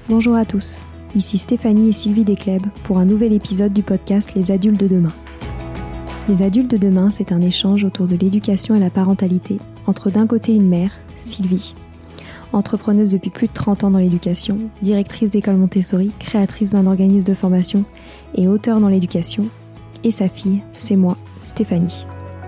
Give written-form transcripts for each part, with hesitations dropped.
Bonjour à tous, ici Stéphanie et Sylvie Descleb pour un nouvel épisode du podcast Les Adultes de demain. Les Adultes de demain, c'est un échange autour de l'éducation et la parentalité entre d'un côté une mère, Sylvie, entrepreneuse depuis plus de 30 ans dans l'éducation, directrice d'école Montessori, créatrice d'un organisme de formation et auteure dans l'éducation, et sa fille, c'est moi, Stéphanie.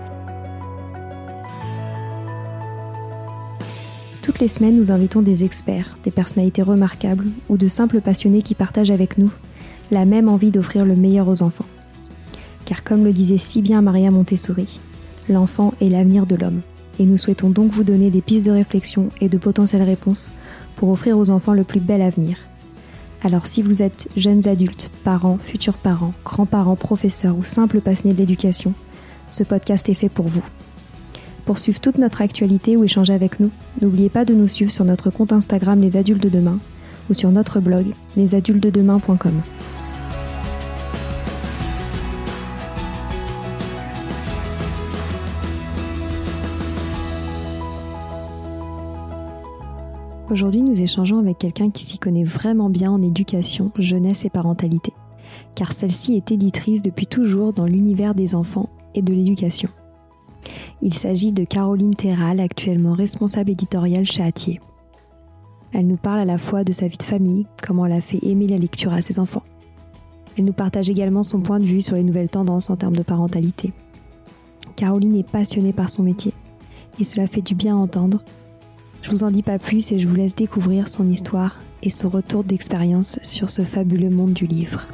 Toutes les semaines, nous invitons des experts, des personnalités remarquables ou de simples passionnés qui partagent avec nous la même envie d'offrir le meilleur aux enfants. Car comme le disait si bien Maria Montessori, l'enfant est l'avenir de l'homme. Et nous souhaitons donc vous donner des pistes de réflexion et de potentielles réponses pour offrir aux enfants le plus bel avenir. Alors si vous êtes jeunes adultes, parents, futurs parents, grands-parents, professeurs ou simples passionnés de l'éducation, ce podcast est fait pour vous. Pour suivre toute notre actualité ou échanger avec nous, n'oubliez pas de nous suivre sur notre compte Instagram Les Adultes de Demain ou sur notre blog lesadultesdedemain.com. Aujourd'hui, nous échangeons avec quelqu'un qui s'y connaît vraiment bien en éducation, jeunesse et parentalité, car celle-ci est éditrice depuis toujours dans l'univers des enfants et de l'éducation. Il s'agit de Caroline Terral, actuellement responsable éditoriale chez Hatier. Elle nous parle à la fois de sa vie de famille, comment elle a fait aimer la lecture à ses enfants. Elle nous partage également son point de vue sur les nouvelles tendances en termes de parentalité. Caroline est passionnée par son métier et cela fait du bien à entendre. Je vous en dis pas plus et je vous laisse découvrir son histoire et son retour d'expérience sur ce fabuleux monde du livre.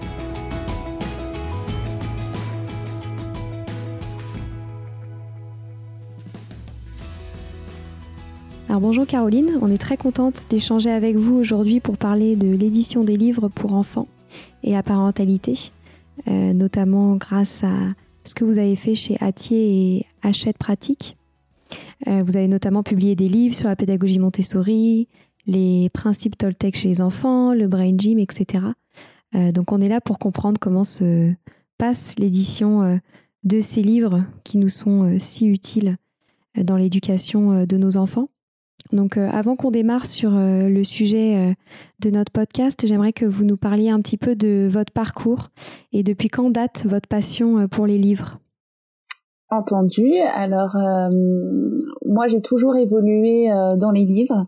Alors bonjour Caroline, on est très contente d'échanger avec vous aujourd'hui pour parler de l'édition des livres pour enfants et la parentalité, notamment grâce à ce que vous avez fait chez Hatier et Hachette Pratique. Vous avez notamment publié des livres sur la pédagogie Montessori, les principes Toltec chez les enfants, le Brain Gym, etc. Donc on est là pour comprendre comment se passe l'édition de ces livres qui nous sont si utiles dans l'éducation de nos enfants. Donc avant qu'on démarre sur le sujet de notre podcast, j'aimerais que vous nous parliez un petit peu de votre parcours et depuis quand date votre passion pour les livres. Entendu. Alors, moi, j'ai toujours évolué dans les livres.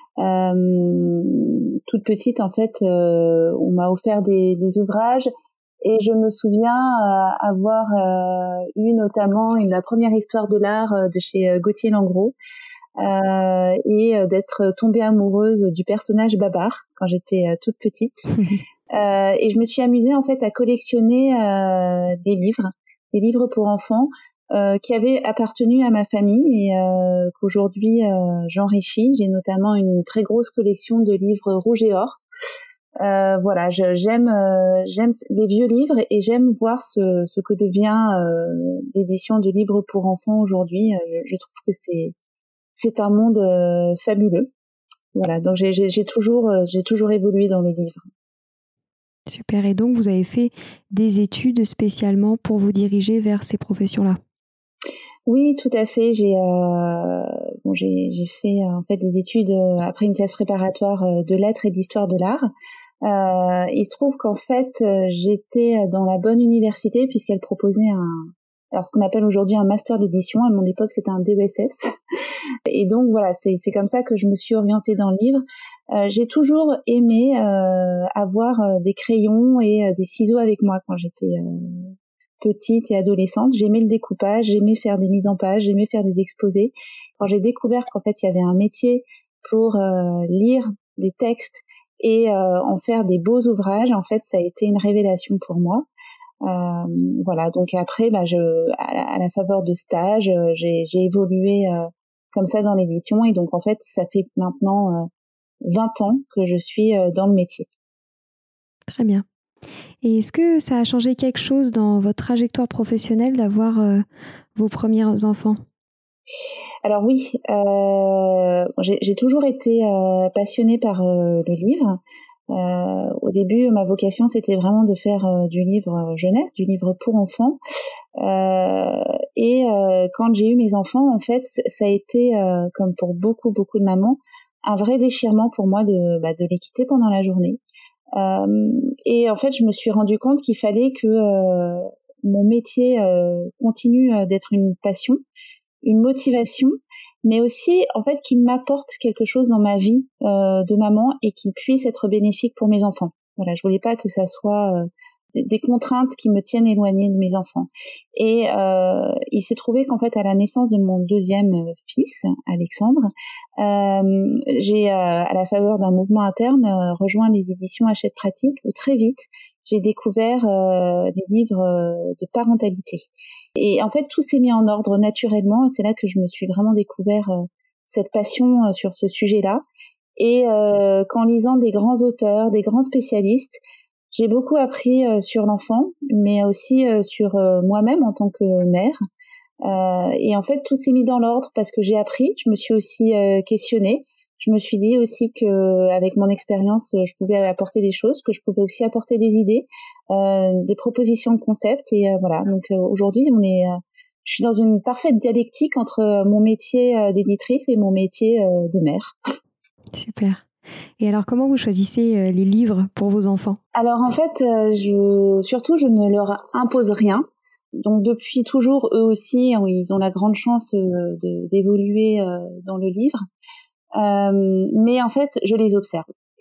Toute petite, en fait, on m'a offert des ouvrages et je me souviens avoir eu notamment la première histoire de l'art de chez Gauthier Langros et d'être tombée amoureuse du personnage Babar quand j'étais toute petite. Et je me suis amusée, en fait, à collectionner des livres pour enfants qui avaient appartenu à ma famille et qu'aujourd'hui j'enrichis. J'ai notamment une très grosse collection de livres rouge et or. Voilà, j'aime les vieux livres et j'aime voir ce que devient l'édition de livres pour enfants aujourd'hui. Je trouve que c'est un monde fabuleux. Voilà, donc j'ai toujours évolué dans le livre. Super, et donc vous avez fait des études spécialement pour vous diriger vers ces professions-là? Oui, tout à fait. J'ai fait en fait des études après une classe préparatoire de lettres et d'histoire de l'art. Il se trouve qu'en fait j'étais dans la bonne université puisqu'elle proposait ce qu'on appelle aujourd'hui un master d'édition. À mon époque, c'était un DESS. Et donc voilà, c'est comme ça que je me suis orientée dans le livre. J'ai toujours aimé avoir des crayons et des ciseaux avec moi quand j'étais petite et adolescente. J'aimais le découpage, j'aimais faire des mises en page, j'aimais faire des exposés. Quand j'ai découvert qu'en fait il y avait un métier pour lire des textes et en faire des beaux ouvrages, en fait ça a été une révélation pour moi. Voilà, donc après à la faveur de stages, j'ai évolué comme ça dans l'édition et donc en fait ça fait maintenant 20 ans que je suis dans le métier. Très bien. Et est-ce que ça a changé quelque chose dans votre trajectoire professionnelle d'avoir vos premiers enfants ? Alors oui, j'ai toujours été passionnée par le livre. Au début, ma vocation, c'était vraiment de faire du livre jeunesse, du livre pour enfants. Et quand j'ai eu mes enfants, en fait, ça a été, comme pour beaucoup de mamans, un vrai déchirement pour moi de les quitter pendant la journée. Et en fait, je me suis rendu compte qu'il fallait que mon métier continue d'être une passion, une motivation, mais aussi en fait qu'il m'apporte quelque chose dans ma vie de maman et qu'il puisse être bénéfique pour mes enfants. Voilà, je voulais pas que ça soit des contraintes qui me tiennent éloignée de mes enfants. Et il s'est trouvé qu'en fait, à la naissance de mon deuxième fils, Alexandre, j'ai, à la faveur d'un mouvement interne, rejoint les éditions Hachette Pratique, où très vite, j'ai découvert des livres de parentalité. Et en fait, tout s'est mis en ordre naturellement. C'est là que je me suis vraiment découvert cette passion sur ce sujet-là. Et qu'en lisant des grands auteurs, des grands spécialistes, j'ai beaucoup appris sur l'enfant, mais aussi sur moi-même en tant que mère. Et en fait, tout s'est mis dans l'ordre parce que j'ai appris. Je me suis aussi questionnée. Je me suis dit aussi que avec mon expérience, je pouvais apporter des choses, que je pouvais aussi apporter des idées, des propositions de concepts. Et voilà. Donc aujourd'hui, je suis dans une parfaite dialectique entre mon métier d'éditrice et mon métier de mère. Super. Et alors, comment vous choisissez les livres pour vos enfants ? Alors en fait, je ne leur impose rien. Donc depuis toujours, eux aussi, ils ont la grande chance d'évoluer dans le livre. Mais en fait, je les observe.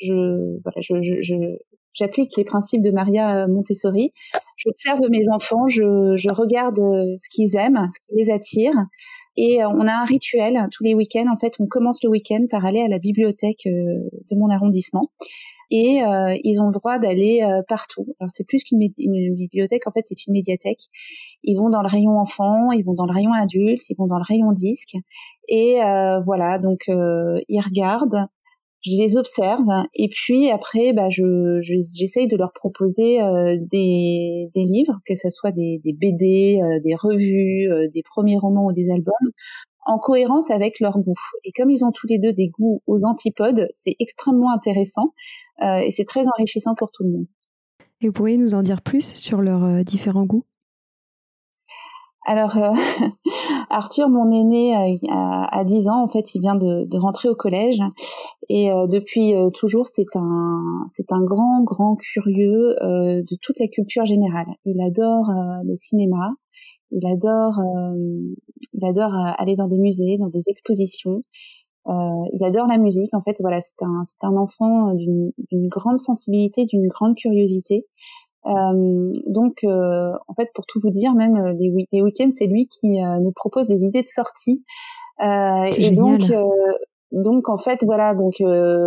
J'applique les principes de Maria Montessori. J'observe mes enfants, je regarde ce qu'ils aiment, ce qui les attire. Et on a un rituel tous les week-ends. En fait, on commence le week-end par aller à la bibliothèque de mon arrondissement. Et ils ont le droit d'aller partout. Alors c'est plus qu'une bibliothèque, en fait c'est une médiathèque. Ils vont dans le rayon enfants, ils vont dans le rayon adultes, ils vont dans le rayon disques. Et voilà, donc ils regardent, je les observe, et puis après j'essaye de leur proposer des livres, que ce soit des BD, des revues, des premiers romans ou des albums, en cohérence avec leurs goûts. Et comme ils ont tous les deux des goûts aux antipodes, c'est extrêmement intéressant et c'est très enrichissant pour tout le monde. Et vous pourriez nous en dire plus sur leurs différents goûts ? Alors, Arthur, mon aîné, à 10 ans, en fait, il vient de rentrer au collège. Et depuis toujours, c'est un grand curieux de toute la culture générale. Il adore le cinéma. Il adore aller dans des musées, dans des expositions. Il adore la musique. En fait, voilà, c'est un enfant d'une grande sensibilité, d'une grande curiosité. Donc, en fait, pour tout vous dire, même les week-ends, c'est lui qui nous propose des idées de sortie. C'est et génial. donc en fait, voilà, donc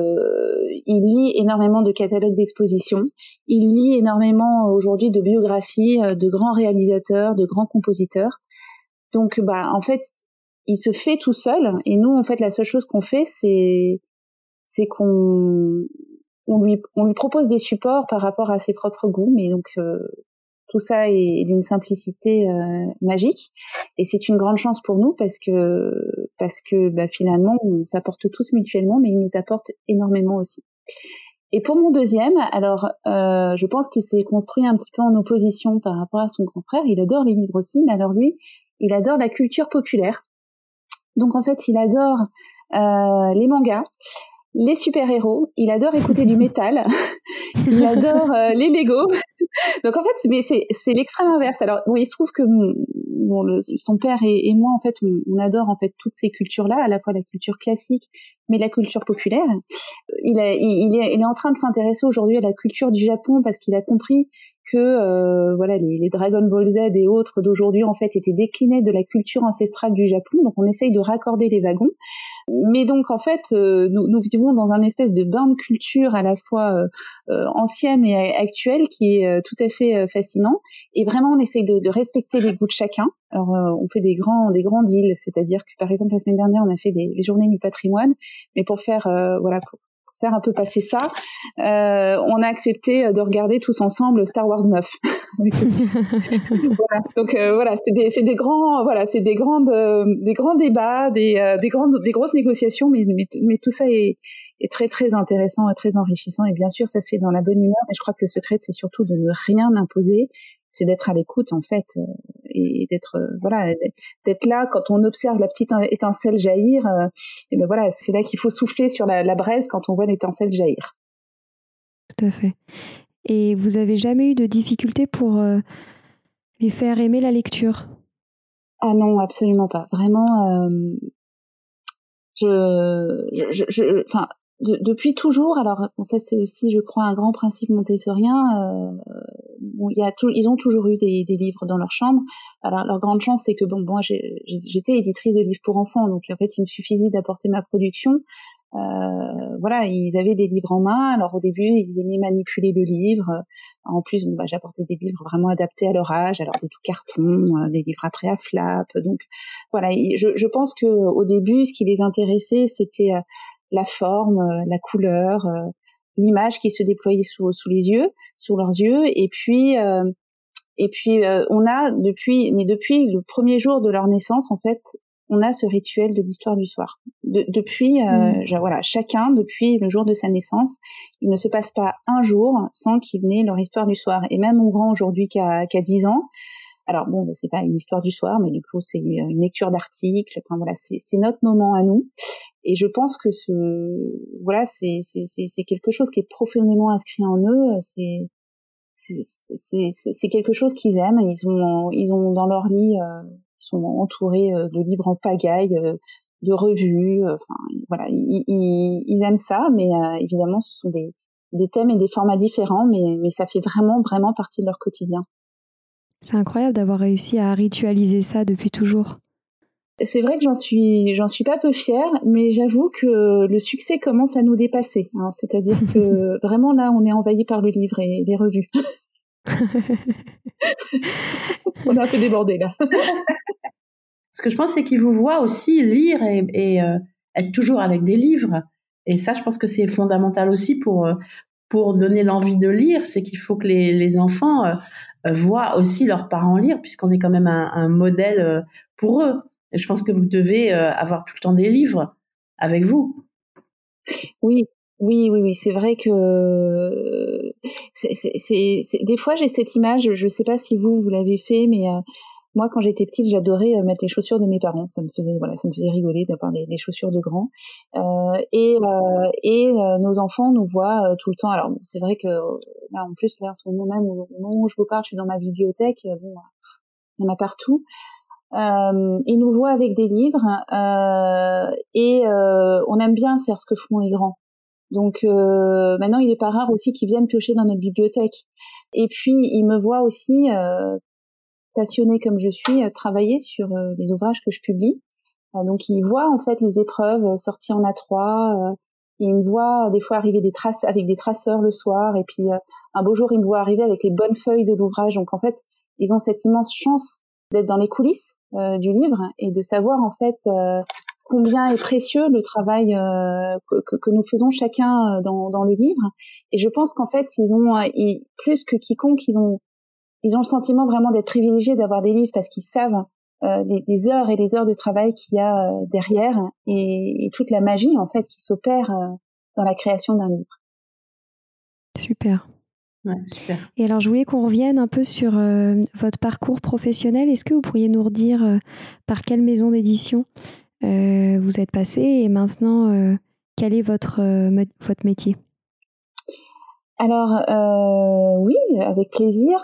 il lit énormément de catalogues d'expositions. Il lit énormément aujourd'hui de biographies de grands réalisateurs, de grands compositeurs. Donc, en fait, il se fait tout seul. Et nous, en fait, la seule chose qu'on fait, c'est qu'on lui propose des supports par rapport à ses propres goûts. Mais donc, tout ça est d'une simplicité magique. Et c'est une grande chance pour nous parce que finalement, on s'apporte tous mutuellement, mais il nous apporte énormément aussi. Et pour mon deuxième, alors je pense qu'il s'est construit un petit peu en opposition par rapport à son grand frère. Il adore les livres aussi, mais alors lui, il adore la culture populaire. Donc en fait, il adore les mangas, les super-héros, il adore écouter du métal, il adore les Lego. Donc en fait, c'est l'extrême inverse. Alors oui, il se trouve que son père et moi, en fait, on adore en fait toutes ces cultures-là, à la fois la culture classique, mais la culture populaire. Il est en train de s'intéresser aujourd'hui à la culture du Japon parce qu'il a compris que voilà, les Dragon Ball Z et autres d'aujourd'hui en fait étaient déclinés de la culture ancestrale du Japon. Donc on essaye de raccorder les wagons. Mais donc en fait, nous vivons dans un espèce de bain de culture à la fois ancienne et actuelle qui est tout à fait fascinant. Et vraiment, on essaye de respecter les goûts de chacun. Alors, on fait des grands deals, c'est-à-dire que par exemple la semaine dernière, on a fait les journées du patrimoine, mais pour faire pour faire un peu passer ça, on a accepté de regarder tous ensemble Star Wars 9. Voilà. Donc voilà, c'est des grands débats, des grosses négociations, mais tout ça est très très intéressant et très enrichissant. Et bien sûr, ça se fait dans la bonne humeur. Et je crois que le secret, c'est surtout de ne rien imposer, c'est d'être à l'écoute en fait, et d'être d'être là quand on observe la petite étincelle jaillir. Et ben voilà, c'est là qu'il faut souffler sur la braise quand on voit l'étincelle jaillir. Tout à fait. Et vous avez jamais eu de difficulté pour les faire aimer la lecture? Ah non, absolument pas. Vraiment, enfin, depuis toujours. Alors ça, c'est aussi, je crois, un grand principe montessorien. Bon, ils ont toujours eu des livres dans leur chambre. Alors leur grande chance, c'est que moi, j'étais éditrice de livres pour enfants, donc en fait, il me suffisait d'apporter ma production. Voilà, ils avaient des livres en main. Alors au début, ils aimaient manipuler le livre. En plus, j'apportais des livres vraiment adaptés à leur âge, alors des tout cartons, des livres après à flap. Donc voilà, je pense que au début, ce qui les intéressait, c'était la forme, la couleur, l'image qui se déployait sous leurs yeux. Et puis on a depuis le premier jour de leur naissance, en fait, on a ce rituel de l'histoire du soir. Depuis, voilà, chacun, depuis le jour de sa naissance, il ne se passe pas un jour sans qu'il n'ait leur histoire du soir. Et même mon grand aujourd'hui qui a 10 ans, alors bon, c'est pas une histoire du soir, mais du coup, c'est une lecture d'articles. Enfin voilà, c'est notre moment à nous. Et je pense que c'est quelque chose qui est profondément inscrit en eux. C'est quelque chose qu'ils aiment. Ils ont dans leur lit, ils sont entourés de livres en pagaille, de revues. Enfin voilà, ils aiment ça, mais évidemment, ce sont des thèmes et des formats différents, mais ça fait vraiment vraiment partie de leur quotidien. C'est incroyable d'avoir réussi à ritualiser ça depuis toujours. C'est vrai que j'en suis pas peu fière, mais j'avoue que le succès commence à nous dépasser. Hein. C'est-à-dire que vraiment là, on est envahi par le livre et les revues. On est un peu débordé là. Ce que je pense, c'est qu'ils vous voient aussi lire et être toujours avec des livres. Et ça, je pense que c'est fondamental aussi pour donner l'envie de lire. C'est qu'il faut que les enfants voient aussi leurs parents lire, puisqu'on est quand même un modèle pour eux. Et je pense que vous devez avoir tout le temps des livres avec vous. Oui. C'est vrai que des fois j'ai cette image. Je sais pas si vous l'avez fait, mais moi, quand j'étais petite, j'adorais mettre les chaussures de mes parents. Ça me faisait rigoler d'avoir des chaussures de grands. Nos enfants nous voient tout le temps. Alors, c'est vrai que là, en plus, là, en ce moment même, au moment où je vous parle, je suis dans ma bibliothèque. Il y en a partout. Ils nous voient avec des livres on aime bien faire ce que font les grands. Donc maintenant, il est pas rare aussi qu'ils viennent piocher dans notre bibliothèque. Et puis, ils me voient aussi passionnée comme je suis, travailler sur les ouvrages que je publie. Donc ils voient en fait les épreuves sorties en A3. Ils me voient des fois arriver avec des traceurs le soir, et puis un beau jour ils me voient arriver avec les bonnes feuilles de l'ouvrage. Donc en fait, ils ont cette immense chance d'être dans les coulisses du livre et de savoir en fait combien est précieux le travail que nous faisons chacun dans le livre. Et je pense qu'en fait, plus que quiconque, ils ont le sentiment vraiment d'être privilégiés, d'avoir des livres, parce qu'ils savent les heures et les heures de travail qu'il y a derrière et toute la magie en fait qui s'opère dans la création d'un livre. Super. Ouais, super. Et alors, je voulais qu'on revienne un peu sur votre parcours professionnel. Est-ce que vous pourriez nous redire par quelle maison d'édition vous êtes passé, et maintenant, quel est votre métier? Alors oui, avec plaisir.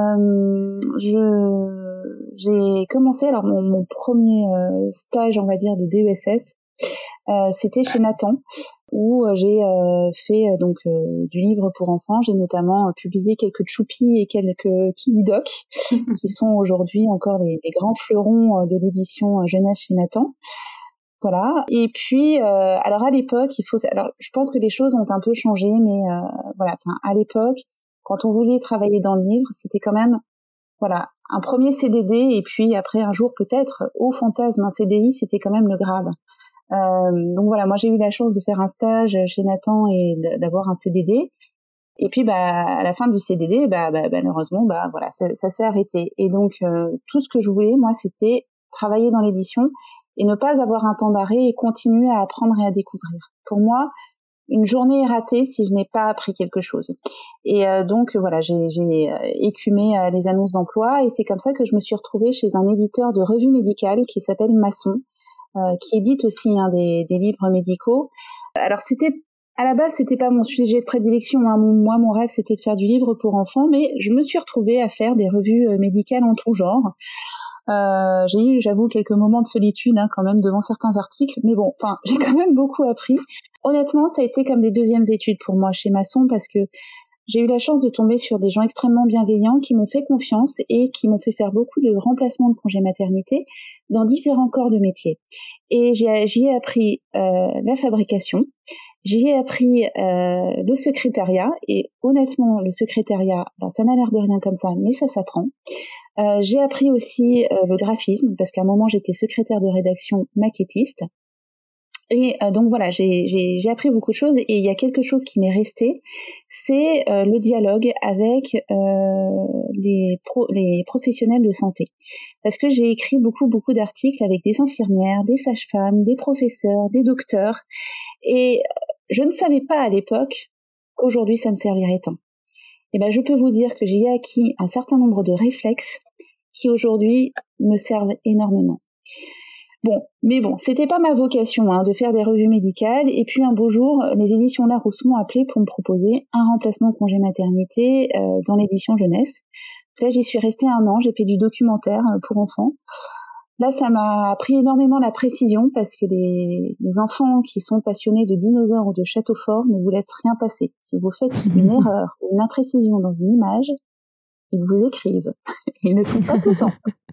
J'ai commencé, alors mon premier stage, on va dire, de DESS, c'était chez Nathan, où j'ai fait du livre pour enfants. J'ai notamment publié quelques Tchoupi et quelques Kididoc, qui sont aujourd'hui encore les grands fleurons de l'édition jeunesse chez Nathan. Voilà. Et puis, alors à l'époque, alors je pense que les choses ont un peu changé, mais voilà. Enfin, à l'époque, quand on voulait travailler dans le livre, c'était quand même, voilà, un premier CDD, et puis après un jour peut-être, au fantasme, un CDI, c'était quand même le Graal. Donc voilà, moi j'ai eu la chance de faire un stage chez Nathan et d'avoir un CDD. Et puis à la fin du CDD, malheureusement, voilà, ça s'est arrêté. Et donc tout ce que je voulais, moi, c'était travailler dans l'édition et ne pas avoir un temps d'arrêt et continuer à apprendre et à découvrir. Pour moi, une journée est ratée si je n'ai pas appris quelque chose. Et donc voilà, j'ai écumé les annonces d'emploi et c'est comme ça que je me suis retrouvée chez un éditeur de revues médicales qui s'appelle Masson, qui édite aussi des livres médicaux. Alors à la base, c'était pas mon sujet de prédilection. Hein. Moi, mon rêve, c'était de faire du livre pour enfants, mais je me suis retrouvée à faire des revues médicales en tout genre. J'ai eu, j'avoue, quelques moments de solitude quand même devant certains articles, mais bon, enfin, j'ai quand même beaucoup appris. Honnêtement, ça a été comme des deuxièmes études pour moi chez Masson parce que j'ai eu la chance de tomber sur des gens extrêmement bienveillants qui m'ont fait confiance et qui m'ont fait faire beaucoup de remplacements de congés maternité dans différents corps de métier. Et j'y ai appris la fabrication, j'y ai appris le secrétariat, et honnêtement, le secrétariat, ça n'a l'air de rien comme ça, mais ça s'apprend. J'ai appris aussi le graphisme, parce qu'à un moment, j'étais secrétaire de rédaction maquettiste. Et donc voilà, j'ai appris beaucoup de choses et il y a quelque chose qui m'est resté, c'est le dialogue avec les professionnels de santé. Parce que j'ai écrit beaucoup d'articles avec des infirmières, des sages-femmes, des professeurs, des docteurs, et je ne savais pas à l'époque qu'aujourd'hui ça me servirait tant. Et ben je peux vous dire que j'y ai acquis un certain nombre de réflexes qui aujourd'hui me servent énormément. Bon, c'était pas ma vocation de faire des revues médicales. Et puis un beau jour, les éditions Larousse m'ont appelé pour me proposer un remplacement congé maternité dans l'édition jeunesse. Là, j'y suis restée 1 an. J'ai fait du documentaire pour enfants. Là, ça m'a appris énormément la précision parce que les enfants qui sont passionnés de dinosaures ou de châteaux forts ne vous laissent rien passer. Si vous faites une erreur ou une imprécision dans une image, ils vous écrivent. Ils ne sont pas contents.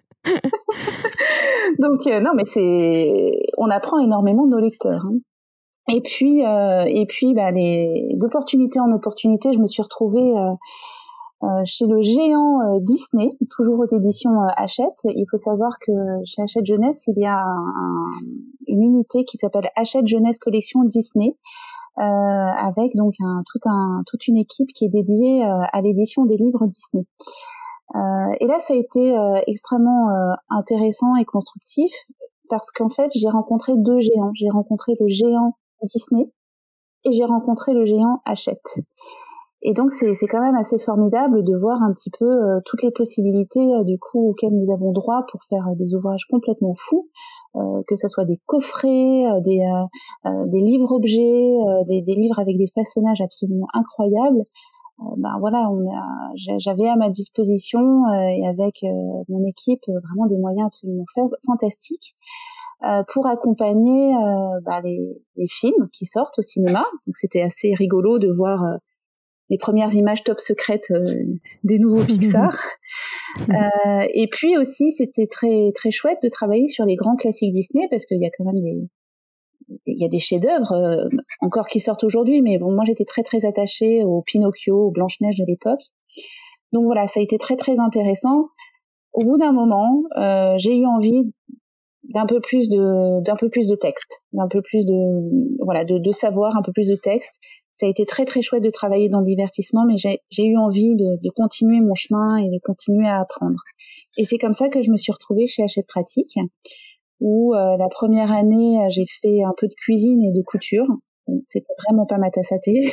Donc non, mais on apprend énormément de nos lecteurs. Et puis d'opportunité en opportunité, je me suis retrouvée chez le géant Disney, toujours aux éditions Hachette. Il faut savoir que chez Hachette Jeunesse, il y a une unité qui s'appelle Hachette Jeunesse Collection Disney, avec donc toute une équipe qui est dédiée à l'édition des livres Disney. Et là, ça a été extrêmement intéressant et constructif parce qu'en fait, j'ai rencontré 2 géants. J'ai rencontré le géant Disney et j'ai rencontré le géant Hachette. Et donc, c'est quand même assez formidable de voir un petit peu toutes les possibilités du coup auxquelles nous avons droit pour faire des ouvrages complètement fous, que ça soit des coffrets, des livres-objets, des livres avec des façonnages absolument incroyables. Voilà, j'avais à ma disposition et avec mon équipe vraiment des moyens absolument fantastiques pour accompagner les films qui sortent au cinéma. Donc c'était assez rigolo de voir les premières images top secrètes des nouveaux Pixar. Et puis aussi c'était très très chouette de travailler sur les grands classiques Disney parce qu'il y a quand même il y a des chefs-d'œuvre encore qui sortent aujourd'hui, mais bon, moi j'étais très très attachée au Pinocchio, au Blanche-Neige de l'époque. Donc voilà, ça a été très très intéressant. Au bout d'un moment, j'ai eu envie d'un peu plus de texte, d'un peu plus de savoir, un peu plus de texte. Ça a été très très chouette de travailler dans le divertissement, mais j'ai eu envie de continuer mon chemin et de continuer à apprendre. Et c'est comme ça que je me suis retrouvée chez Hachette Pratique, où la première année, j'ai fait un peu de cuisine et de couture. C'était vraiment pas ma tasse à thé.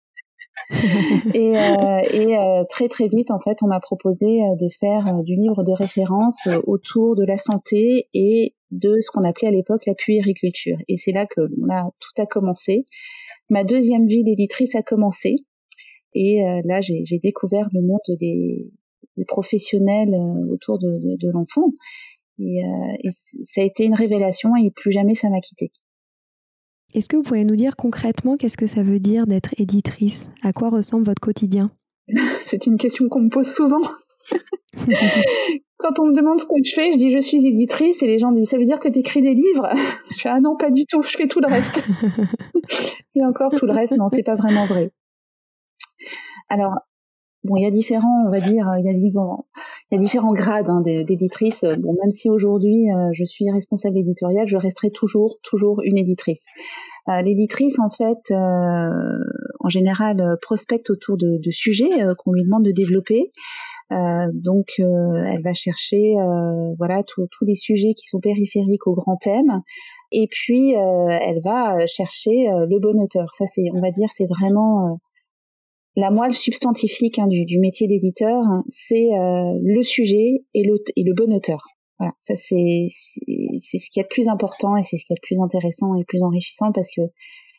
et très très vite, en fait, on m'a proposé de faire du livre de référence autour de la santé et de ce qu'on appelait à l'époque la puériculture. Et c'est là que tout a commencé. Ma deuxième vie d'éditrice a commencé. Et là, j'ai découvert le monde des professionnels autour de l'enfant. Et ça a été une révélation et plus jamais ça m'a quittée. Est-ce que vous pourriez nous dire concrètement qu'est-ce que ça veut dire d'être éditrice ? À quoi ressemble votre quotidien ? C'est une question qu'on me pose souvent. Quand on me demande ce que je fais, je dis je suis éditrice et les gens me disent ça veut dire que tu écris des livres ? Je fais ah non, pas du tout, je fais tout le reste. Et encore tout le reste, non, c'est pas vraiment vrai. Alors, bon, il y a différents, on va dire, il y a différents grades d'éditrice. Bon, même si aujourd'hui je suis responsable éditoriale, je resterai toujours une éditrice. L'éditrice, en fait, en général, prospecte autour de sujets qu'on lui demande de développer. Donc elle va chercher voilà tous les sujets qui sont périphériques au grand thème, et puis elle va chercher le bon auteur. Ça c'est, on va dire, c'est vraiment la moelle substantifique du métier d'éditeur, hein, c'est le sujet et le bon auteur. Voilà, ça c'est ce qu'il y a de plus important, et c'est ce qui est le plus intéressant et le plus enrichissant, parce que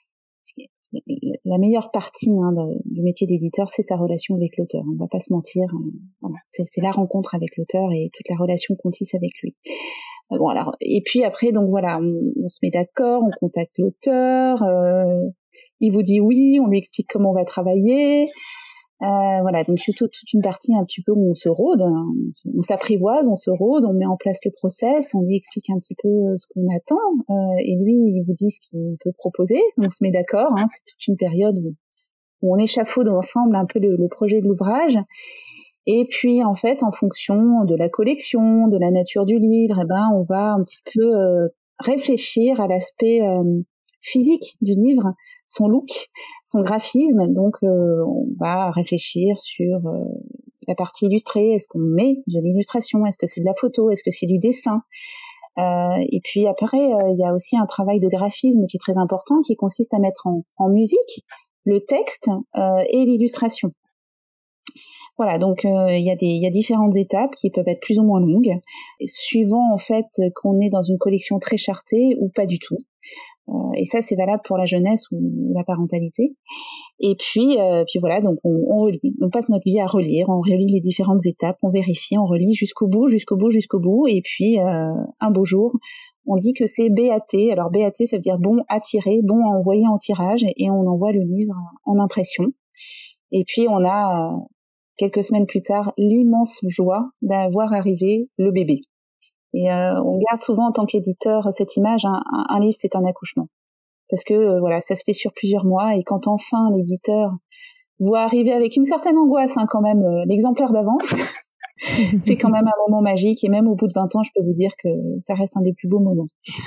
la meilleure partie du métier d'éditeur, c'est sa relation avec l'auteur. On va pas se mentir. Voilà. C'est la rencontre avec l'auteur et toute la relation qu'on tisse avec lui. Bon, alors, et puis après, donc voilà, on se met d'accord, on contacte l'auteur, il vous dit oui, on lui explique comment on va travailler. Voilà, donc toute une partie un petit peu où on se rôde, on s'apprivoise, on se rôde, on met en place le process, on lui explique un petit peu ce qu'on attend, et lui il vous dit ce qu'il peut proposer, on se met d'accord, hein, c'est toute une période où on échafaude ensemble un peu le projet de l'ouvrage, et puis en fait en fonction de la collection, de la nature du livre, eh ben on va un petit peu réfléchir à l'aspect physique du livre, son look, son graphisme. Donc on va réfléchir sur la partie illustrée. Est-ce qu'on met de l'illustration? Est-ce que c'est de la photo? Est-ce que c'est du dessin? Et puis après, il y a aussi un travail de graphisme qui est très important, qui consiste à mettre en musique le texte et l'illustration. Voilà, donc il y a différentes étapes qui peuvent être plus ou moins longues, suivant en fait qu'on est dans une collection très chartée ou pas du tout. Et ça, c'est valable pour la jeunesse ou la parentalité. Et puis voilà, donc on relit. On passe notre vie à relire, on relit les différentes étapes, on vérifie, on relit jusqu'au bout. Et puis un beau jour, on dit que c'est BAT. Alors BAT, ça veut dire bon à tirer, bon à envoyer en tirage, et on envoie le livre en impression. Et puis on a quelques semaines plus tard l'immense joie d'avoir arrivé le bébé. Et on garde souvent en tant qu'éditeur cette image, un livre c'est un accouchement. Parce que voilà, ça se fait sur plusieurs mois, et quand enfin l'éditeur voit arriver avec une certaine angoisse quand même l'exemplaire d'avance, c'est quand même un moment magique, et même au bout de 20 ans, je peux vous dire que ça reste un des plus beaux moments.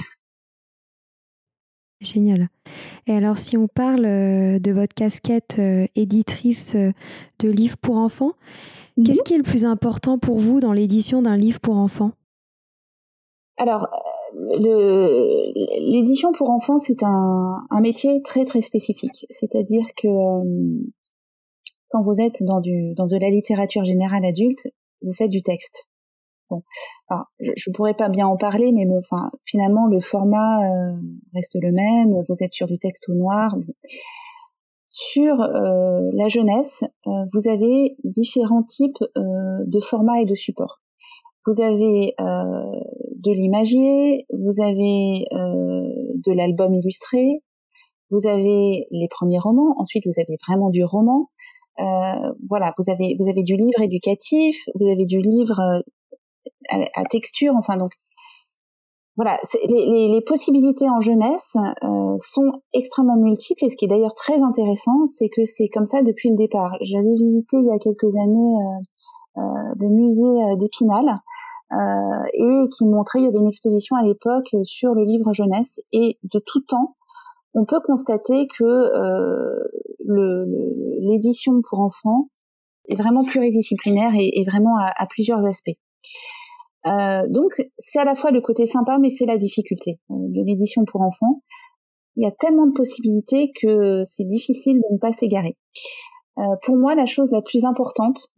Génial. Et alors, si on parle de votre casquette éditrice de livres pour enfants, qu'est-ce qui est le plus important pour vous dans l'édition d'un livre pour enfants ? Alors, l'édition pour enfants, c'est un métier très très spécifique. C'est-à-dire que quand vous êtes dans de la littérature générale adulte, vous faites du texte. Bon, alors, je pourrais pas bien en parler, mais bon, enfin, finalement, le format reste le même. Vous êtes sur du texte au noir. Sur la jeunesse, vous avez différents types de formats et de supports. Vous avez de l'imagier, vous avez de l'album illustré, vous avez les premiers romans, ensuite vous avez vraiment du roman. Voilà, vous avez du livre éducatif, vous avez du livre à texture, enfin donc voilà, les possibilités en jeunesse sont extrêmement multiples, et ce qui est d'ailleurs très intéressant, c'est que c'est comme ça depuis le départ. J'avais visité il y a quelques années le musée d'Épinal, et qui montrait, il y avait une exposition à l'époque sur le livre jeunesse, et de tout temps, on peut constater que l'édition pour enfants est vraiment pluridisciplinaire et vraiment à plusieurs aspects. Donc c'est à la fois le côté sympa, mais c'est la difficulté de l'édition pour enfants. Il y a tellement de possibilités que c'est difficile de ne pas s'égarer. Pour moi, la chose la plus importante,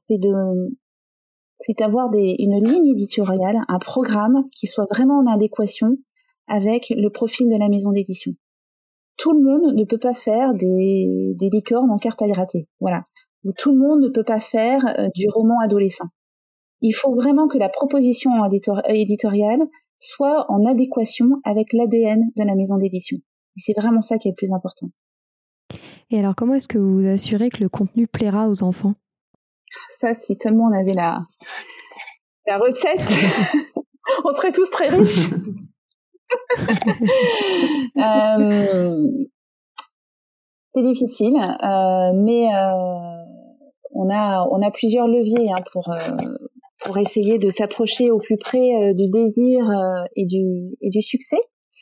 c'est d'avoir une ligne éditoriale, un programme qui soit vraiment en adéquation avec le profil de la maison d'édition. Tout le monde ne peut pas faire des licornes en carte à gratter, voilà. Ou tout le monde ne peut pas faire du roman adolescent. Il faut vraiment que la proposition éditoriale soit en adéquation avec l'ADN de la maison d'édition. Et c'est vraiment ça qui est le plus important. Et alors, comment est-ce que vous vous assurez que le contenu plaira aux enfants ? Ça, si seulement on avait la recette, on serait tous très riches. C'est difficile, mais on a plusieurs leviers pour essayer de s'approcher au plus près du désir et du succès.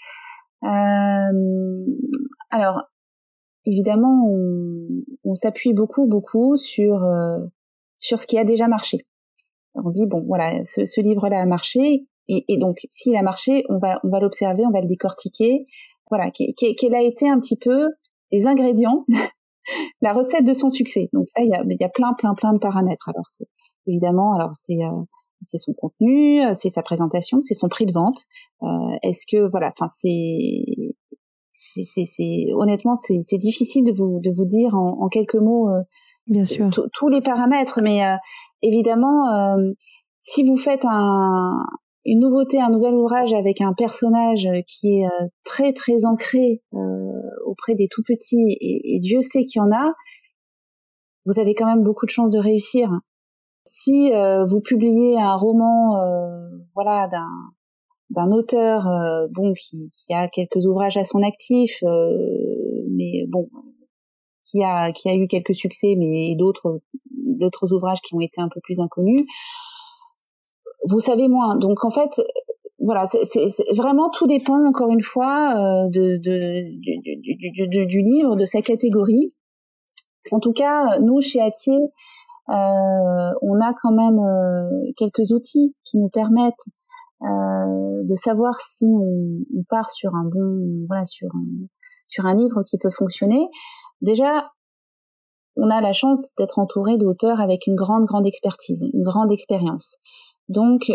Alors, évidemment, on s'appuie beaucoup sur sur ce qui a déjà marché. On se dit bon voilà, ce livre-là a marché et donc s'il a marché, on va l'observer, on va le décortiquer. Voilà, quel a été un petit peu les ingrédients, la recette de son succès. Donc là, il y a plein de paramètres. Alors c'est évidemment, c'est son contenu, c'est sa présentation, c'est son prix de vente. Est-ce que voilà, enfin c'est honnêtement c'est difficile de vous dire en quelques mots bien sûr tous les paramètres, mais évidemment si vous faites une nouveauté, un nouvel ouvrage avec un personnage qui est très très ancré auprès des tout petits et Dieu sait qu'il y en a, vous avez quand même beaucoup de chances de réussir. Si vous publiez un roman voilà d'un auteur qui a quelques ouvrages à son actif mais bon qui a eu quelques succès mais d'autres ouvrages qui ont été un peu plus inconnus, vous savez moins. Donc en fait voilà, c'est vraiment tout dépend encore une fois du livre, de sa catégorie. En tout cas, nous chez Hatier, on a quand même quelques outils qui nous permettent de savoir si on part sur un bon sur un livre qui peut fonctionner. Déjà, on a la chance d'être entouré d'auteurs avec une grande expertise, une grande expérience. Donc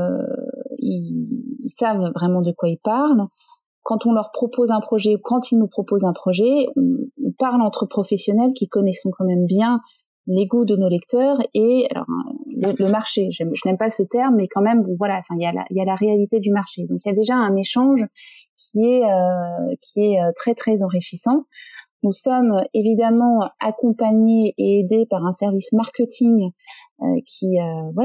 ils savent vraiment de quoi ils parlent. Quand on leur propose un projet, ou quand ils nous proposent un projet, on parle entre professionnels qui connaissent quand même bien les goûts de nos lecteurs et alors le marché. Je n'aime pas ce terme, mais quand même, voilà, enfin, il y a la réalité du marché. Donc il y a déjà un échange qui est très très enrichissant. Nous sommes évidemment accompagnés et aidés par un service marketing qui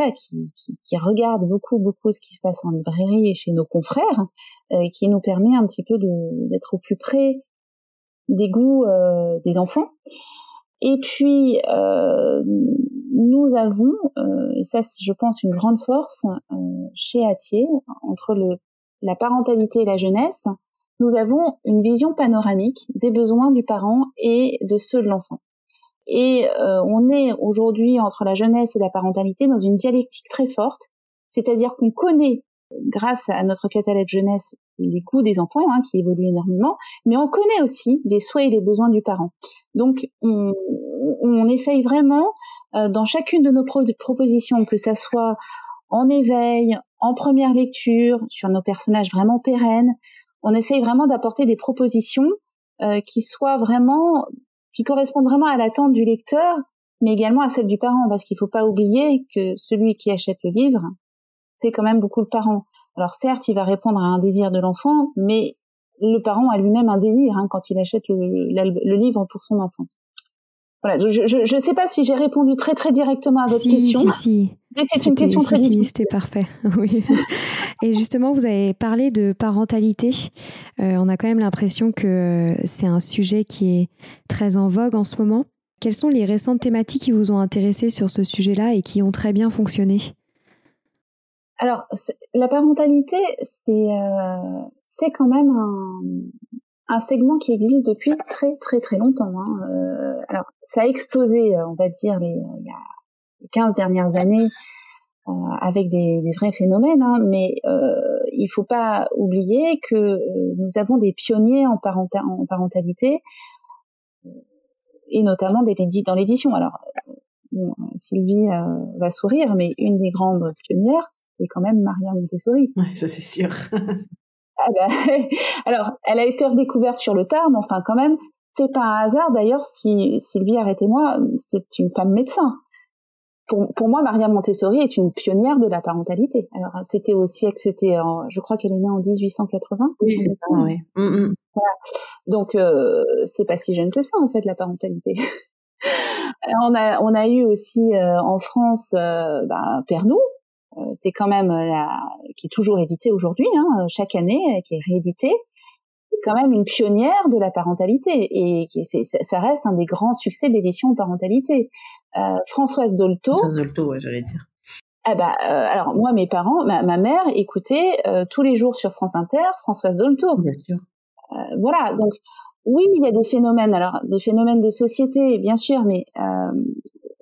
regarde beaucoup ce qui se passe en librairie et chez nos confrères, qui nous permet un petit peu d'être au plus près des goûts des enfants. Et puis nous avons, et ça c'est, je pense, une grande force chez Hatier, entre la parentalité et la jeunesse. Nous avons une vision panoramique des besoins du parent et de ceux de l'enfant. Et on est aujourd'hui, entre la jeunesse et la parentalité, dans une dialectique très forte, c'est-à-dire qu'on connaît, grâce à notre catalogue jeunesse, les goûts des enfants, qui évoluent énormément, mais on connaît aussi les souhaits et les besoins du parent. Donc on essaye vraiment, dans chacune de nos propositions, que ça soit en éveil, en première lecture, sur nos personnages vraiment pérennes, on essaye vraiment d'apporter des propositions qui correspondent vraiment à l'attente du lecteur, mais également à celle du parent, parce qu'il ne faut pas oublier que celui qui achète le livre, c'est quand même beaucoup le parent. Alors certes, il va répondre à un désir de l'enfant, mais le parent a lui-même un désir quand il achète le livre pour son enfant. Voilà, je ne sais pas si j'ai répondu très très directement à votre question. Si. Mais c'est une question très difficile. C'était parfait, oui. Et justement, vous avez parlé de parentalité. On a quand même l'impression que c'est un sujet qui est très en vogue en ce moment. Quelles sont les récentes thématiques qui vous ont intéressé sur ce sujet-là et qui ont très bien fonctionné ? Alors, la parentalité, c'est quand même un segment qui existe depuis très très très longtemps. Alors, ça a explosé, on va dire, il y a les 15 dernières années, avec des vrais phénomènes, mais il faut pas oublier que nous avons des pionniers en parentalité, et notamment dans l'édition. Alors, Sylvie va sourire, mais une des grandes pionnières, c'est quand même Maria Montessori. Ouais, ça c'est sûr. Alors, elle a été redécouverte sur le tard, mais enfin quand même, c'est pas un hasard. D'ailleurs, si Sylvie, arrêtez-moi, c'est une femme médecin. Pour moi, Maria Montessori est une pionnière de la parentalité. Alors, c'était au siècle, je crois qu'elle est née en 1880. Oui, c'est ça, oui. Voilà. Donc, c'est pas si jeune que ça, en fait, la parentalité. On a eu aussi en France Pernoud, c'est quand même qui est toujours édité aujourd'hui, chaque année, qui est réédité. C'est quand même une pionnière de la parentalité et ça reste un des grands succès de l'édition en parentalité. Françoise Dolto. Françoise Dolto, ouais, j'allais dire. Alors moi, mes parents, ma mère écoutait tous les jours sur France Inter Françoise Dolto. Bien sûr. Voilà, donc oui, il y a des phénomènes de société, bien sûr, mais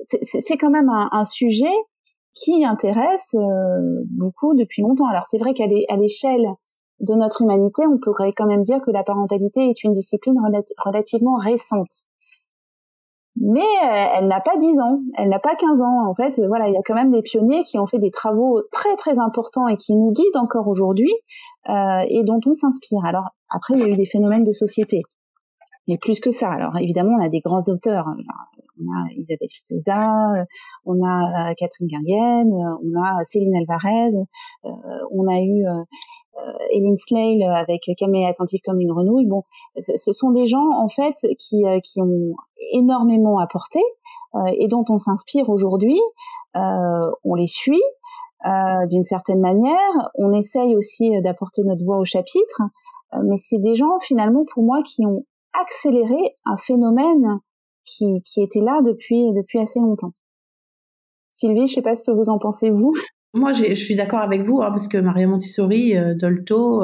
c'est quand même un sujet qui intéresse beaucoup depuis longtemps. Alors c'est vrai qu'à l'échelle de notre humanité, on pourrait quand même dire que la parentalité est une discipline relativement récente. Mais elle n'a pas 10 ans, elle n'a pas 15 ans. En fait, voilà, il y a quand même des pionniers qui ont fait des travaux très très importants et qui nous guident encore aujourd'hui et dont on s'inspire. Alors après, il y a eu des phénomènes de société. Mais plus que ça. Alors évidemment, on a des grands auteurs. On a Isabelle Spinoza, on a Catherine Guinguienne, on a Céline Alvarez, on a eu Hélène Slale avec Calme et attentive comme une grenouille. Bon, ce sont des gens en fait qui ont énormément apporté et dont on s'inspire aujourd'hui. On les suit d'une certaine manière. On essaye aussi d'apporter notre voix au chapitre. Mais c'est des gens finalement pour moi qui ont accéléré un phénomène qui était là depuis assez longtemps. Sylvie, je sais pas ce que vous en pensez, vous. Moi, je suis d'accord avec vous, parce que Maria Montessori, Dolto,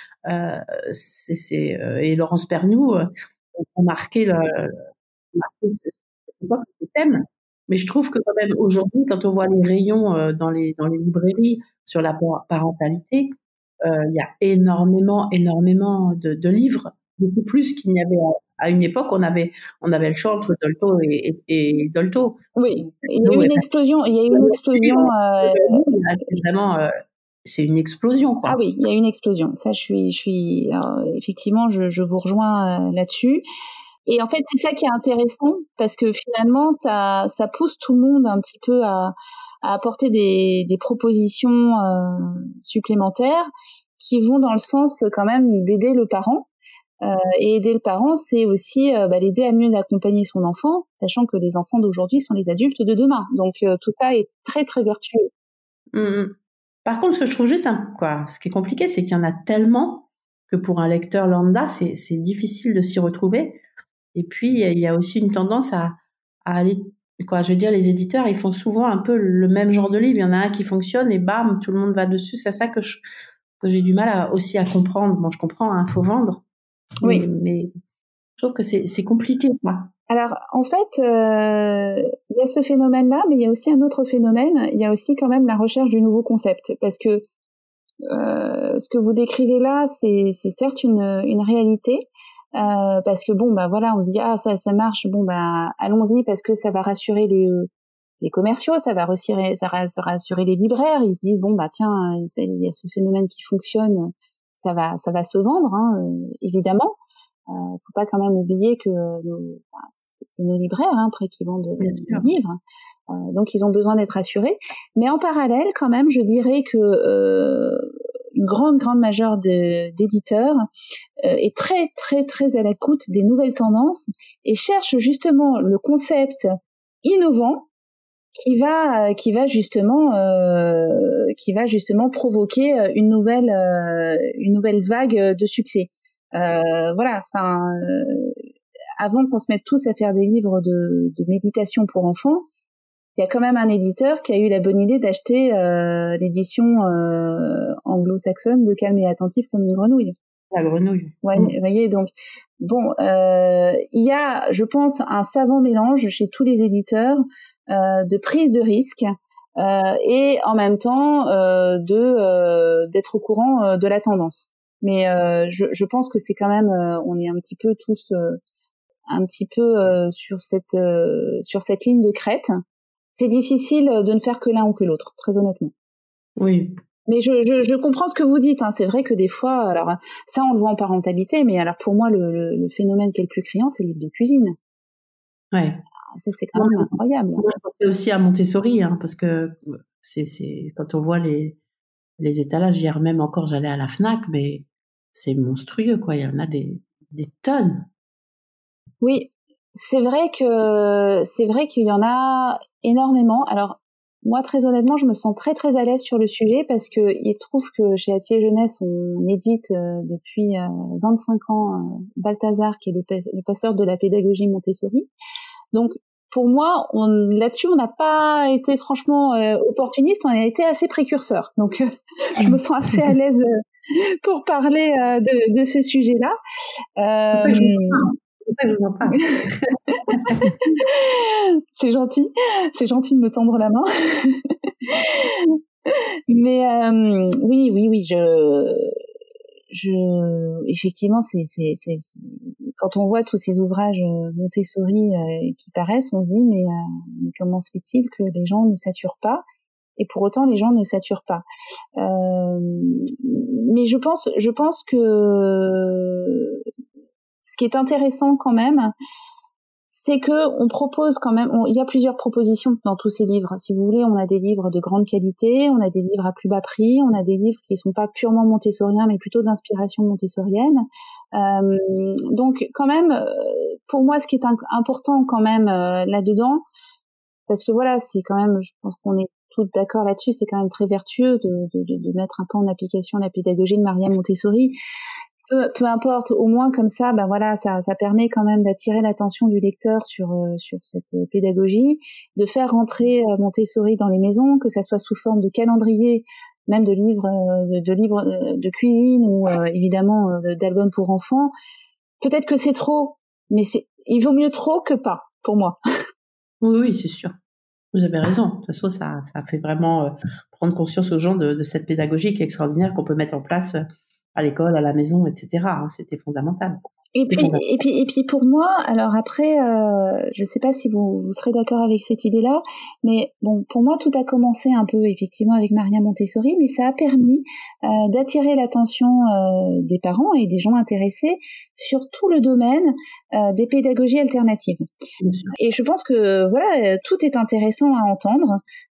et Laurence Pernoud ont marqué ce thème. Mais je trouve que quand même aujourd'hui, quand on voit les rayons dans les librairies sur la parentalité, il y a énormément de livres, beaucoup plus qu'il n'y avait à une époque. On avait le choix entre Dolto et Dolto. Oui, il y a eu une explosion. C'est une explosion, quoi. Ah oui, il y a une explosion. Ça, alors, effectivement, je vous rejoins là-dessus. Et en fait, c'est ça qui est intéressant parce que finalement, ça pousse tout le monde un petit peu à apporter des propositions supplémentaires qui vont dans le sens quand même d'aider le parent. Et aider le parent, c'est aussi l'aider à mieux accompagner son enfant, sachant que les enfants d'aujourd'hui sont les adultes de demain. Donc tout ça est très très vertueux. Par contre, ce que je trouve juste ce qui est compliqué, c'est qu'il y en a tellement que pour un lecteur lambda, c'est difficile de s'y retrouver. Et puis il y a aussi une tendance à aller, je veux dire, les éditeurs, ils font souvent un peu le même genre de livre. Il y en a un qui fonctionne et bam, tout le monde va dessus. C'est ça que j'ai du mal aussi à comprendre. Bon, je comprends, faut vendre. Oui. Mais je trouve que c'est compliqué, quoi. Alors, en fait, il y a ce phénomène-là, mais il y a aussi un autre phénomène. Il y a aussi quand même la recherche du nouveau concept, parce que ce que vous décrivez là, c'est certes une réalité, parce que voilà, on se dit ça marche, allons-y parce que ça va rassurer les commerciaux, ça va rassurer les libraires. Ils se disent tiens, il y a ce phénomène qui fonctionne, ça va se vendre, évidemment. Faut pas quand même oublier que c'est nos libraires après qui vendent les livres, donc ils ont besoin d'être rassurés. Mais en parallèle, quand même, je dirais que une grande majeure d'éditeurs est très très très à l'écoute des nouvelles tendances et cherche justement le concept innovant qui va justement provoquer une nouvelle vague de succès. Avant qu'on se mette tous à faire des livres de méditation pour enfants, il y a quand même un éditeur qui a eu la bonne idée d'acheter l'édition anglo-saxonne de Calme et attentive comme une grenouille. La grenouille. Ouais, vous voyez, donc il y a, je pense, un savant mélange chez tous les éditeurs de prise de risque et en même temps d'être au courant de la tendance. Mais je pense que c'est quand même, on est un petit peu tous sur cette ligne de crête. C'est difficile de ne faire que l'un ou que l'autre, très honnêtement. Oui. Mais je comprends ce que vous dites. C'est vrai que des fois, alors ça on le voit en parentalité, mais alors pour moi le phénomène qui est le plus criant, c'est les livres de cuisine. Ouais. Ça c'est quand même incroyable. Moi, je pensais aussi à Montessori, parce que c'est quand on voit les étalages, hier même encore, j'allais à la Fnac, mais c'est monstrueux, quoi. Il y en a des tonnes. Oui, c'est vrai qu'il y en a énormément. Alors moi, très honnêtement, je me sens très très à l'aise sur le sujet parce que il se trouve que chez Hatier Jeunesse, on édite depuis 25 ans Balthazar, qui est le passeur de la pédagogie Montessori. Donc pour moi, là-dessus, on n'a pas été franchement opportuniste, on a été assez précurseur. Donc je me sens assez à l'aise pour parler de ce sujet-là. pour ça que je vous en parle. C'est gentil de me tendre la main. Mais oui, effectivement, c'est quand on voit tous ces ouvrages Montessori qui paraissent, on se dit mais comment se fait-il que les gens ne saturent pas? Et pour autant, les gens ne saturent pas. Mais je pense que ce qui est intéressant quand même, c'est que on propose quand même, il y a plusieurs propositions dans tous ces livres. Si vous voulez, on a des livres de grande qualité, on a des livres à plus bas prix, on a des livres qui sont pas purement montessoriens, mais plutôt d'inspiration montessorienne. Donc quand même, pour moi, ce qui est important quand même là-dedans, parce que voilà, c'est quand même, je pense qu'on est toutes d'accord là-dessus, c'est quand même très vertueux de mettre un peu en application la pédagogie de Maria Montessori. Peu importe, au moins comme ça, ben voilà, ça permet quand même d'attirer l'attention du lecteur sur cette pédagogie, de faire rentrer Montessori dans les maisons, que ça soit sous forme de calendrier, même de livres de cuisine ou évidemment d'albums pour enfants. Peut-être que c'est trop, mais il vaut mieux trop que pas, pour moi. Oui, c'est sûr. Vous avez raison. De toute façon, ça fait vraiment prendre conscience aux gens de cette pédagogie qui est extraordinaire qu'on peut mettre en place à l'école, à la maison, etc. C'était fondamental. Et puis pour moi, alors après, je sais pas si vous serez d'accord avec cette idée-là, mais bon, pour moi, tout a commencé un peu effectivement avec Maria Montessori, mais ça a permis d'attirer l'attention des parents et des gens intéressés sur tout le domaine des pédagogies alternatives. Et je pense que voilà, tout est intéressant à entendre.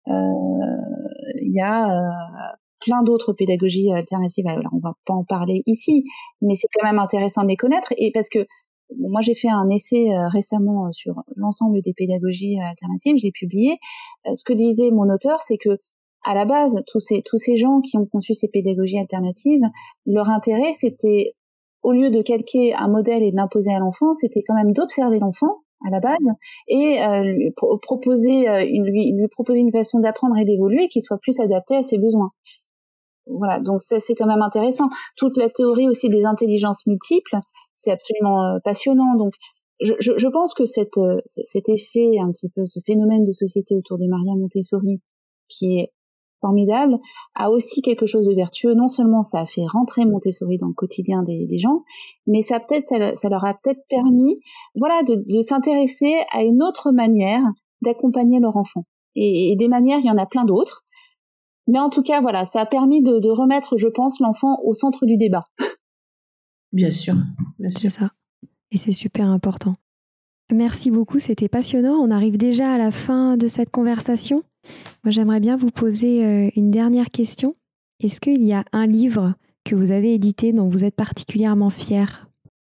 Il y a plein d'autres pédagogies alternatives. Alors, on va pas en parler ici, mais c'est quand même intéressant de les connaître. Et parce que moi, j'ai fait un essai récemment sur l'ensemble des pédagogies alternatives, je l'ai publié. Ce que disait mon auteur, c'est que à la base, tous ces gens qui ont conçu ces pédagogies alternatives, leur intérêt, c'était, au lieu de calquer un modèle et de l'imposer à l'enfant, c'était quand même d'observer l'enfant à la base et lui proposer une façon d'apprendre et d'évoluer qui soit plus adaptée à ses besoins. Voilà, donc ça c'est quand même intéressant. Toute la théorie aussi des intelligences multiples, c'est absolument passionnant. Donc je pense que cet effet, un petit peu ce phénomène de société autour de Maria Montessori, qui est formidable, a aussi quelque chose de vertueux. Non seulement ça a fait rentrer Montessori dans le quotidien des gens, mais ça leur a peut-être permis, voilà, de s'intéresser à une autre manière d'accompagner leur enfant. Et des manières, il y en a plein d'autres. Mais en tout cas, voilà, ça a permis de remettre, je pense, l'enfant au centre du débat. Bien sûr. C'est ça. Et c'est super important. Merci beaucoup, c'était passionnant. On arrive déjà à la fin de cette conversation. Moi, j'aimerais bien vous poser une dernière question. Est-ce qu'il y a un livre que vous avez édité dont vous êtes particulièrement fière ?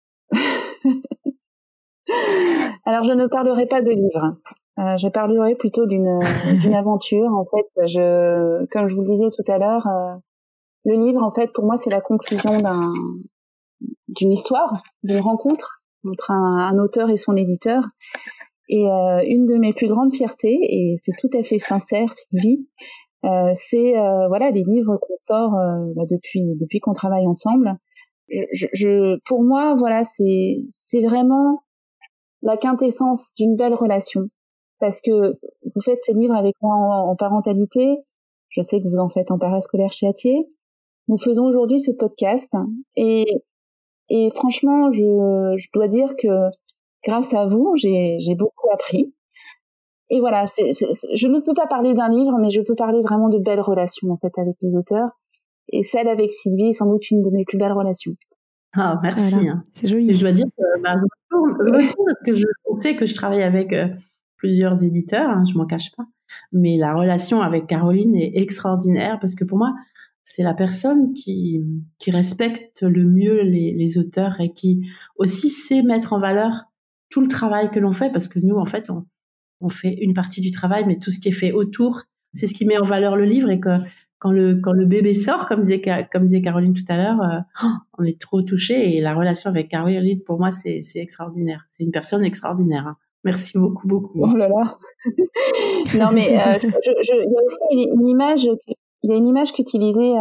Alors, je ne parlerai pas de livre. Je parlerai plutôt d'une aventure. En fait, comme je vous le disais tout à l'heure, le livre, en fait, pour moi, c'est la conclusion d'une histoire, d'une rencontre entre un auteur et son éditeur. Et une de mes plus grandes fiertés, et c'est tout à fait sincère, Sylvie, c'est voilà, les livres qu'on sort depuis qu'on travaille ensemble. Pour moi, voilà, c'est vraiment la quintessence d'une belle relation. Parce que vous faites ces livres avec moi en parentalité, je sais que vous en faites en parascolaire chez Hatier. Nous faisons aujourd'hui ce podcast et franchement, je dois dire que grâce à vous, j'ai beaucoup appris. Et voilà, je ne peux pas parler d'un livre, mais je peux parler vraiment de belles relations en fait avec les auteurs. Et celle avec Sylvie est sans doute une de mes plus belles relations. Ah, merci. Voilà, c'est joli. Et je dois dire que je me tourne parce que je sais que je travaille avec plusieurs éditeurs, je m'en cache pas. Mais la relation avec Caroline est extraordinaire parce que pour moi, c'est la personne qui respecte le mieux les auteurs et qui aussi sait mettre en valeur tout le travail que l'on fait parce que nous, en fait, on fait une partie du travail, mais tout ce qui est fait autour, c'est ce qui met en valeur le livre et que quand le bébé sort, comme disait Caroline tout à l'heure, on est trop touchés et la relation avec Caroline, pour moi, c'est extraordinaire. C'est une personne extraordinaire. Hein. Merci beaucoup, beaucoup. Oh là là. Non, mais il y a aussi une image. Il y a une image qu'utilisait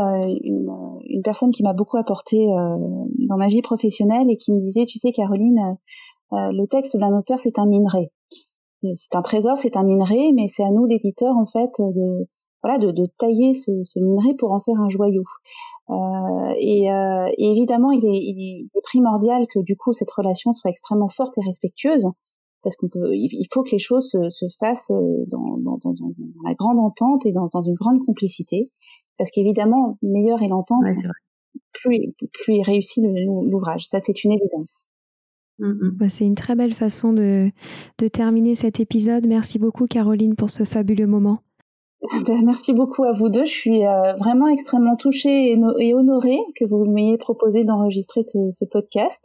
une personne qui m'a beaucoup apporté dans ma vie professionnelle et qui me disait, tu sais, Caroline, le texte d'un auteur, c'est un minerai. C'est un trésor, c'est un minerai, mais c'est à nous, l'éditeur, en fait, de tailler ce minerai pour en faire un joyau. Et évidemment, il est primordial que du coup cette relation soit extrêmement forte et respectueuse, parce il faut que les choses se fassent dans la grande entente et dans une grande complicité, parce qu'évidemment, meilleure est l'entente, plus il réussit l'ouvrage. Ça, c'est une évidence. C'est une très belle façon de terminer cet épisode. Merci beaucoup, Caroline, pour ce fabuleux moment. Merci beaucoup à vous deux. Je suis vraiment extrêmement touchée et honorée que vous m'ayez proposé d'enregistrer ce podcast.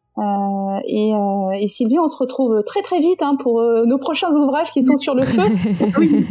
Et Sylvie, on se retrouve très très vite pour nos prochains ouvrages qui sont sur le feu. Oui.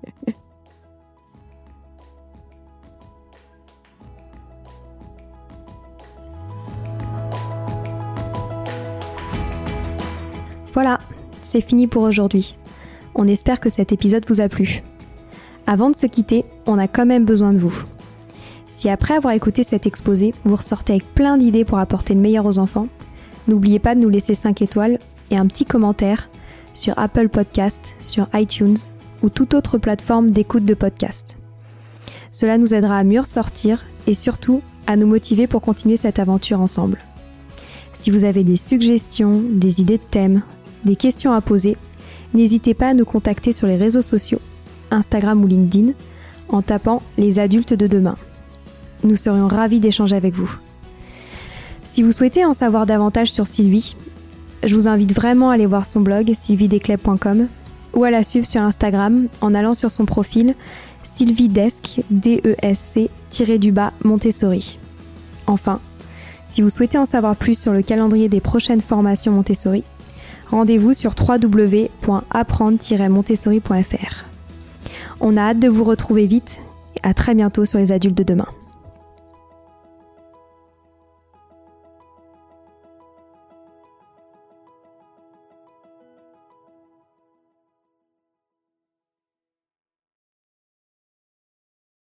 Voilà, c'est fini pour aujourd'hui. On espère que cet épisode vous a plu. Avant de se quitter, on a quand même besoin de vous. Si après avoir écouté cet exposé, vous ressortez avec plein d'idées pour apporter le meilleur aux enfants, n'oubliez pas de nous laisser 5 étoiles et un petit commentaire sur Apple Podcast, sur iTunes ou toute autre plateforme d'écoute de podcast. Cela nous aidera à mieux ressortir et surtout à nous motiver pour continuer cette aventure ensemble. Si vous avez des suggestions, des idées de thèmes, des questions à poser, n'hésitez pas à nous contacter sur les réseaux sociaux, Instagram ou LinkedIn, en tapant « Les adultes de demain ». Nous serions ravis d'échanger avec vous. Si vous souhaitez en savoir davantage sur Sylvie, je vous invite vraiment à aller voir son blog sylviedesclés.com ou à la suivre sur Instagram en allant sur son profil sylviedesc, Montessori. Enfin, si vous souhaitez en savoir plus sur le calendrier des prochaines formations Montessori, rendez-vous sur www.apprendre-montessori.fr. On a hâte de vous retrouver vite et à très bientôt sur Les Adultes de demain.